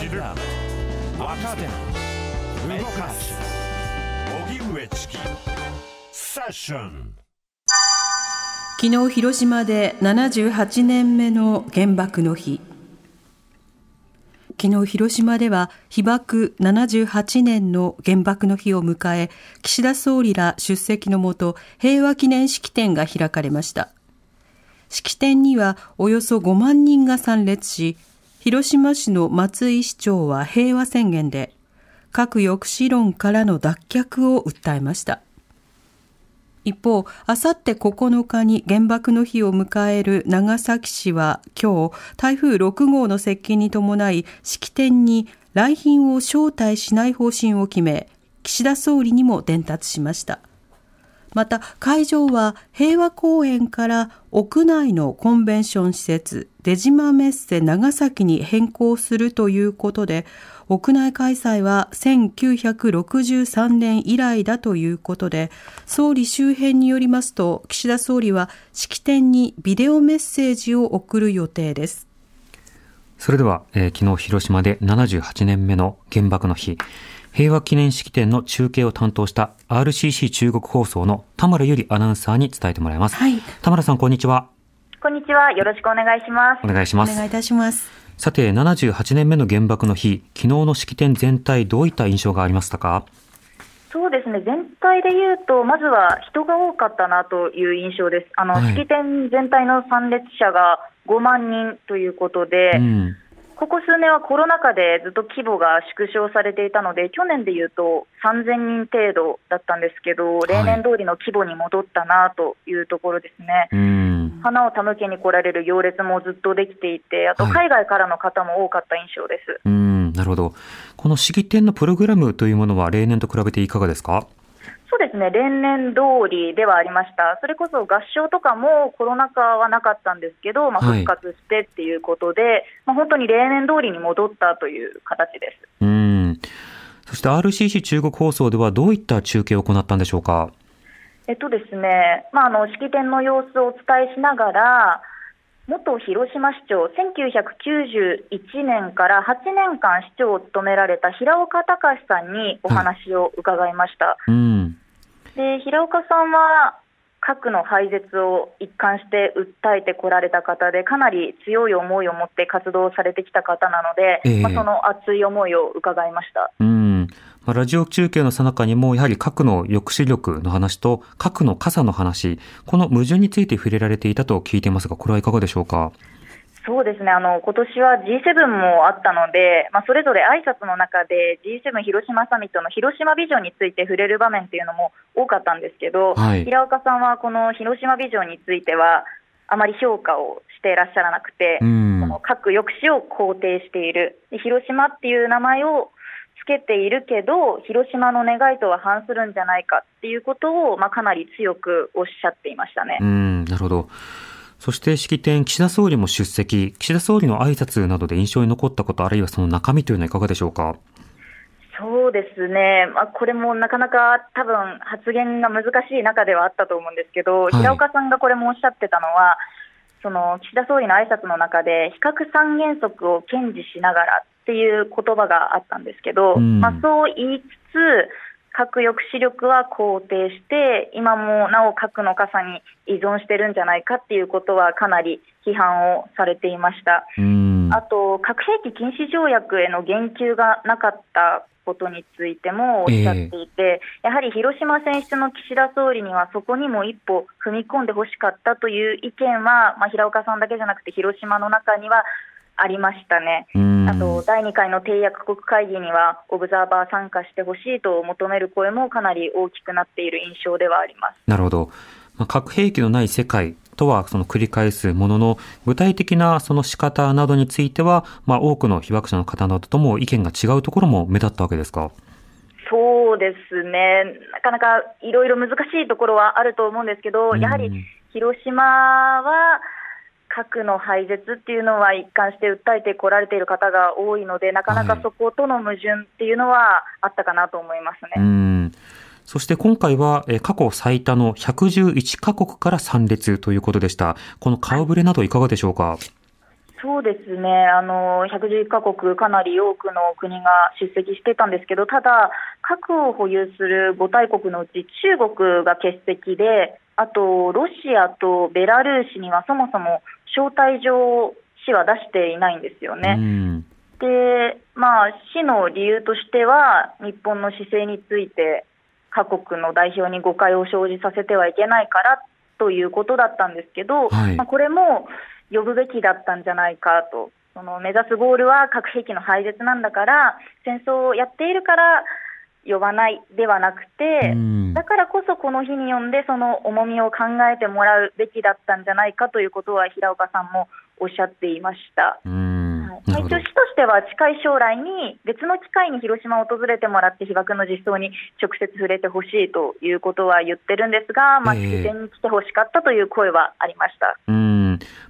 る若手動かす荻上チキセッション。 昨日広島で78年目の原爆の日。昨日広島では被爆78年の原爆の日を迎え、岸田総理ら出席のもと平和記念式典が開かれました。式典にはおよそ5万人が参列し、広島市の松井市長は平和宣言で核抑止論からの脱却を訴えました。一方、あさって9日に原爆の日を迎える長崎市は今日、台風6号の接近に伴い式典に来賓を招待しない方針を決め、岸田総理にも伝達しました。また会場は平和公園から屋内のコンベンション施設出島メッセ長崎に変更するということで、屋内開催は1963年以来だということで、総理周辺によりますと、岸田総理は式典にビデオメッセージを送る予定です。 それでは、昨日広島で78年目の原爆の日、平和記念式典の中継を担当した RCC 中国放送の田村由里アナウンサーに伝えてもらいます。はい、田村さん、こんにちは。 こんにちは。よろしくお願いします。 お願いします。 お願いいたします。 さて、78年目の原爆の日、昨日の式典全体、どういった印象がありましたか？ そうですね、全体で言うと、まずは人が多かったなという印象です。式典全体の参列者が5万人ということで、ここ数年はコロナ禍でずっと規模が縮小されていたので、去年でいうと3000人程度だったんですけど、例年通りの規模に戻ったなというところですね。花を手向けに来られる行列もずっとできていて、あと海外からの方も多かった印象です。 なるほど。この式典のプログラムというものは例年と比べていかがですか？ そうですね、例年通りではありました。それこそ合唱とかもコロナ禍はなかったんですけど、復活してっていうことで、本当に例年通りに戻ったという形です。 そして RCC 中国放送ではどういった中継を行ったんでしょうか？ ですね、式典の様子をお伝えしながら、元広島市長、1991年から8年間市長を務められた平岡隆さんにお話を伺いました。で、平岡さんは核の廃絶を一貫して訴えてこられた方で、かなり強い思いを持って活動されてきた方なので、その熱い思いを伺いました。 ラジオ中継の最中にもやはり核の抑止力の話と核の傘の話、この矛盾について触れられていたと聞いていますが、これはいかがでしょうか？ そうですね、今年は G7 もあったので、それぞれ挨拶の中で G7 広島サミットの広島ビジョンについて触れる場面っていうのも多かったんですけど、平岡さんはこの広島ビジョンについてはあまり評価をしていらっしゃらなくて、この核抑止を肯定している、広島っていう名前をつけているけど広島の願いとは反するんじゃないかっていうことを、かなり強くおっしゃっていましたね。 なるほど。そして式典、岸田総理も出席、岸田総理の挨拶などで印象に残ったこと、あるいはその中身というのはいかがでしょうか？ そうですね、これもなかなか多分発言が難しい中ではあったと思うんですけど、平岡さんがこれもおっしゃってたのは、その岸田総理の挨拶の中で非核三原則を堅持しながらっていう言葉があったんですけど、そう言いつつ核抑止力は肯定して今もなお核の傘に依存してるんじゃないかっていうことはかなり批判をされていました。あと核兵器禁止条約への言及がなかったことについてもおっしゃっていて、やはり広島選出の岸田総理にはそこにも一歩踏み込んでほしかったという意見は、平岡さんだけじゃなくて広島の中にはありましたね。あと第2回の締約国会議にはオブザーバー参加してほしいと求める声もかなり大きくなっている印象ではあります。 なるほど。核兵器のない世界とはその繰り返すものの、具体的なその仕方などについては、多くの被爆者の方などとも意見が違うところも目立ったわけですか？ そうですね、なかなかいろいろ難しいところはあると思うんですけど、やはり広島は核の廃絶っていうのは一貫して訴えてこられている方が多いので、なかなかそことの矛盾っていうのはあったかなと思いますね。 そして今回は過去最多の111カ国から参列ということでした。この顔ぶれなどいかがでしょうか？ そうですね、111カ国、かなり多くの国が出席してたんですけど、ただ、核を保有する5大国のうち中国が欠席で、あとロシアとベラルーシにはそもそも招待状紙は出していないんですよね。で、市の理由としては、日本の姿勢について各国の代表に誤解を生じさせてはいけないからということだったんですけど、これも呼ぶべきだったんじゃないかと。その目指すゴールは核兵器の廃絶なんだから、戦争をやっているから呼ばないではなくて、だからこそこの日に呼んでその重みを考えてもらうべきだったんじゃないかということは平岡さんもおっしゃっていました。一応市としては近い将来に別の機会に広島を訪れてもらって被爆の実相に直接触れてほしいということは言ってるんですが、式典に来てほしかったという声はありました。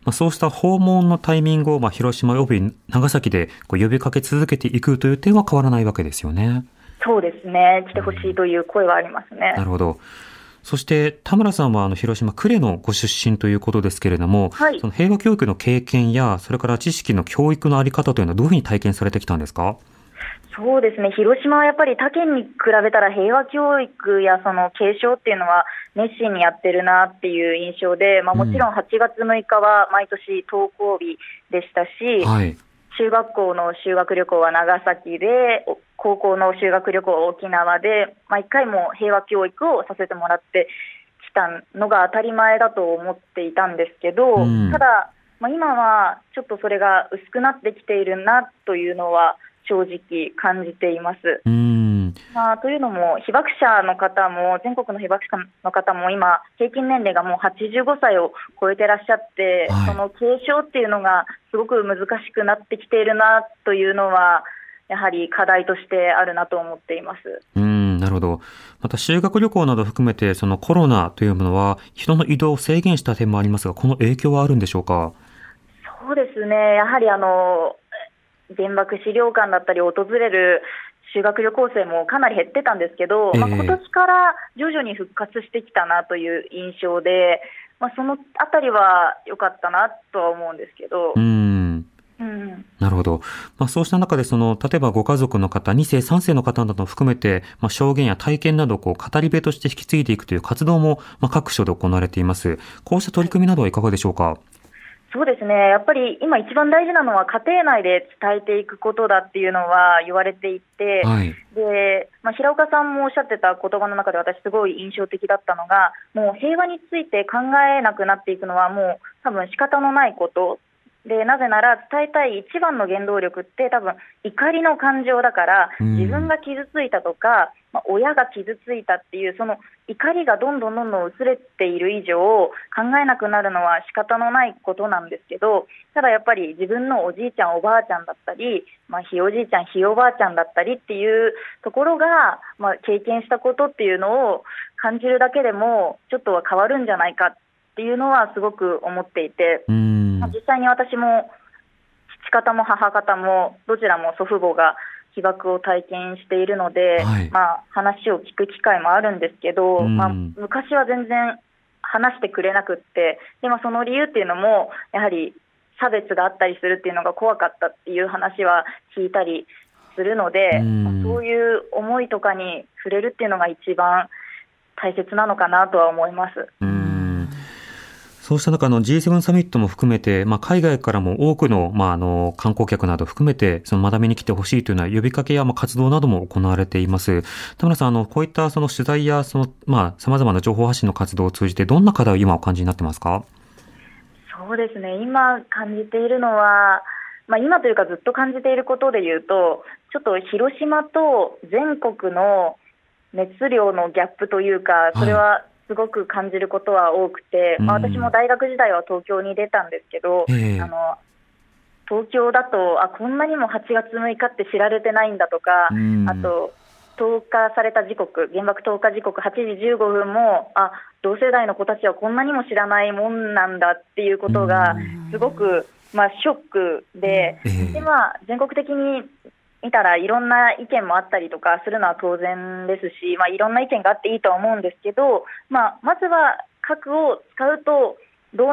そうした訪問のタイミングを広島及び長崎で呼びかけ続けていくという点は変わらないわけですよね。 そうですね、来てほしいという声はありますね。 なるほど。そして田村さんは広島呉のご出身ということですけれども、その平和教育の経験やそれから知識の教育のあり方というのはどういうふうに体験されてきたんですか？ そうですね、広島はやっぱり他県に比べたら平和教育やその継承っていうのは熱心にやってるなっていう印象で、もちろん8月6日は毎年登校日でしたし、中学校の修学旅行は長崎で、高校の修学旅行は沖縄で、1回も平和教育をさせてもらってきたのが当たり前だと思っていたんですけど、ただ、今はちょっとそれが薄くなってきているなというのは正直感じています。というのも被爆者の方も全国の被爆者の方も今平均年齢がもう85歳を超えてらっしゃって、その継承っていうのがすごく難しくなってきているなというのはやはり課題としてあるなと思っています。 なるほど。また修学旅行など含めてそのコロナというものは人の移動を制限した点もありますが、この影響はあるんでしょうか？ そうですね、やはり原爆資料館だったり訪れる修学旅行生もかなり減ってたんですけど、今年から徐々に復活してきたなという印象で、そのあたりは良かったなとは思うんですけど。 なるほど。そうした中で例えばご家族の方、2世3世の方なども含めて、証言や体験などを語り部として引き継いでいくという活動も、各所で行われています。こうした取り組みなどはいかがでしょうか？ そうですね、やっぱり今一番大事なのは家庭内で伝えていくことだっていうのは言われていて、で平岡さんもおっしゃってた言葉の中で私すごい印象的だったのが、もう平和について考えなくなっていくのはもう多分仕方のないことで、なぜなら伝えたい一番の原動力って多分怒りの感情だから、自分が傷ついたとか、親が傷ついたっていうその怒りがどんどん薄れている以上考えなくなるのは仕方のないことなんですけど、ただやっぱり自分のおじいちゃんおばあちゃんだったり、ひいおじいちゃんひいおばあちゃんだったりっていうところが、経験したことっていうのを感じるだけでもちょっとは変わるんじゃないかっていうのはすごく思っていて、実際に私も父方も母方もどちらも祖父母が被爆を体験しているので、話を聞く機会もあるんですけど、昔は全然話してくれなくって、でその理由っていうのもやはり差別があったりするっていうのが怖かったっていう話は聞いたりするので、そういう思いとかに触れるっていうのが一番大切なのかなとは思います。 そうした中G7 サミットも含めて、海外からも多くの、観光客など含めて学びに来てほしいというような呼びかけや活動なども行われています。田村さん、こういった取材や様々な情報発信の活動を通じてどんな課題を今お感じになってますか？ そうですね、今感じているのは、今というかずっと感じていることでいうと、ちょっと広島と全国の熱量のギャップというか、それはすごく感じることは多くて、私も大学時代は東京に出たんですけど、東京だとこんなにも8月6日って知られてないんだとか、あと投下された時刻、原爆投下時刻8時15分も同世代の子たちはこんなにも知らないもんなんだっていうことがすごく、ショックで、全国的に見たらいろんな意見もあったりとかするのは当然ですし、いろんな意見があっていいとは思うんですけど、まずは核を使うとどうなっ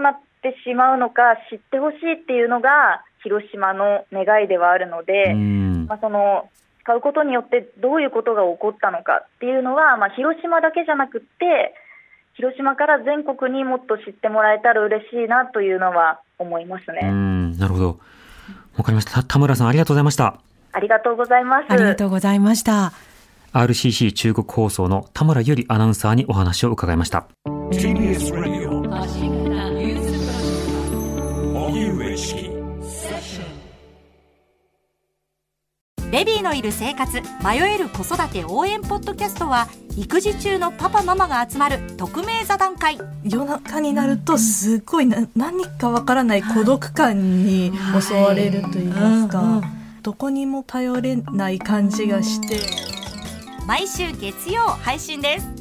ってしまうのか、知ってほしいっていうのが広島の願いではあるので、その使うことによってどういうことが起こったのかっていうのは、広島だけじゃなくって広島から全国にもっと知ってもらえたら嬉しいなというのは思いますね。 なるほど、わかりました。田村さん、ありがとうございました。 ありがとうございます。 ありがとうございました。 RCC 中国放送の田村由里アナウンサーにお話を伺いました。 TBS ラジオ荻上チキベビーのいる生活、迷える子育て応援ポッドキャストは、育児中のパパママが集まる匿名座談会。 夜中になるとすごい何かわからない孤独感に襲われると言いますか、どこにも頼れない感じがして、 毎週月曜配信です。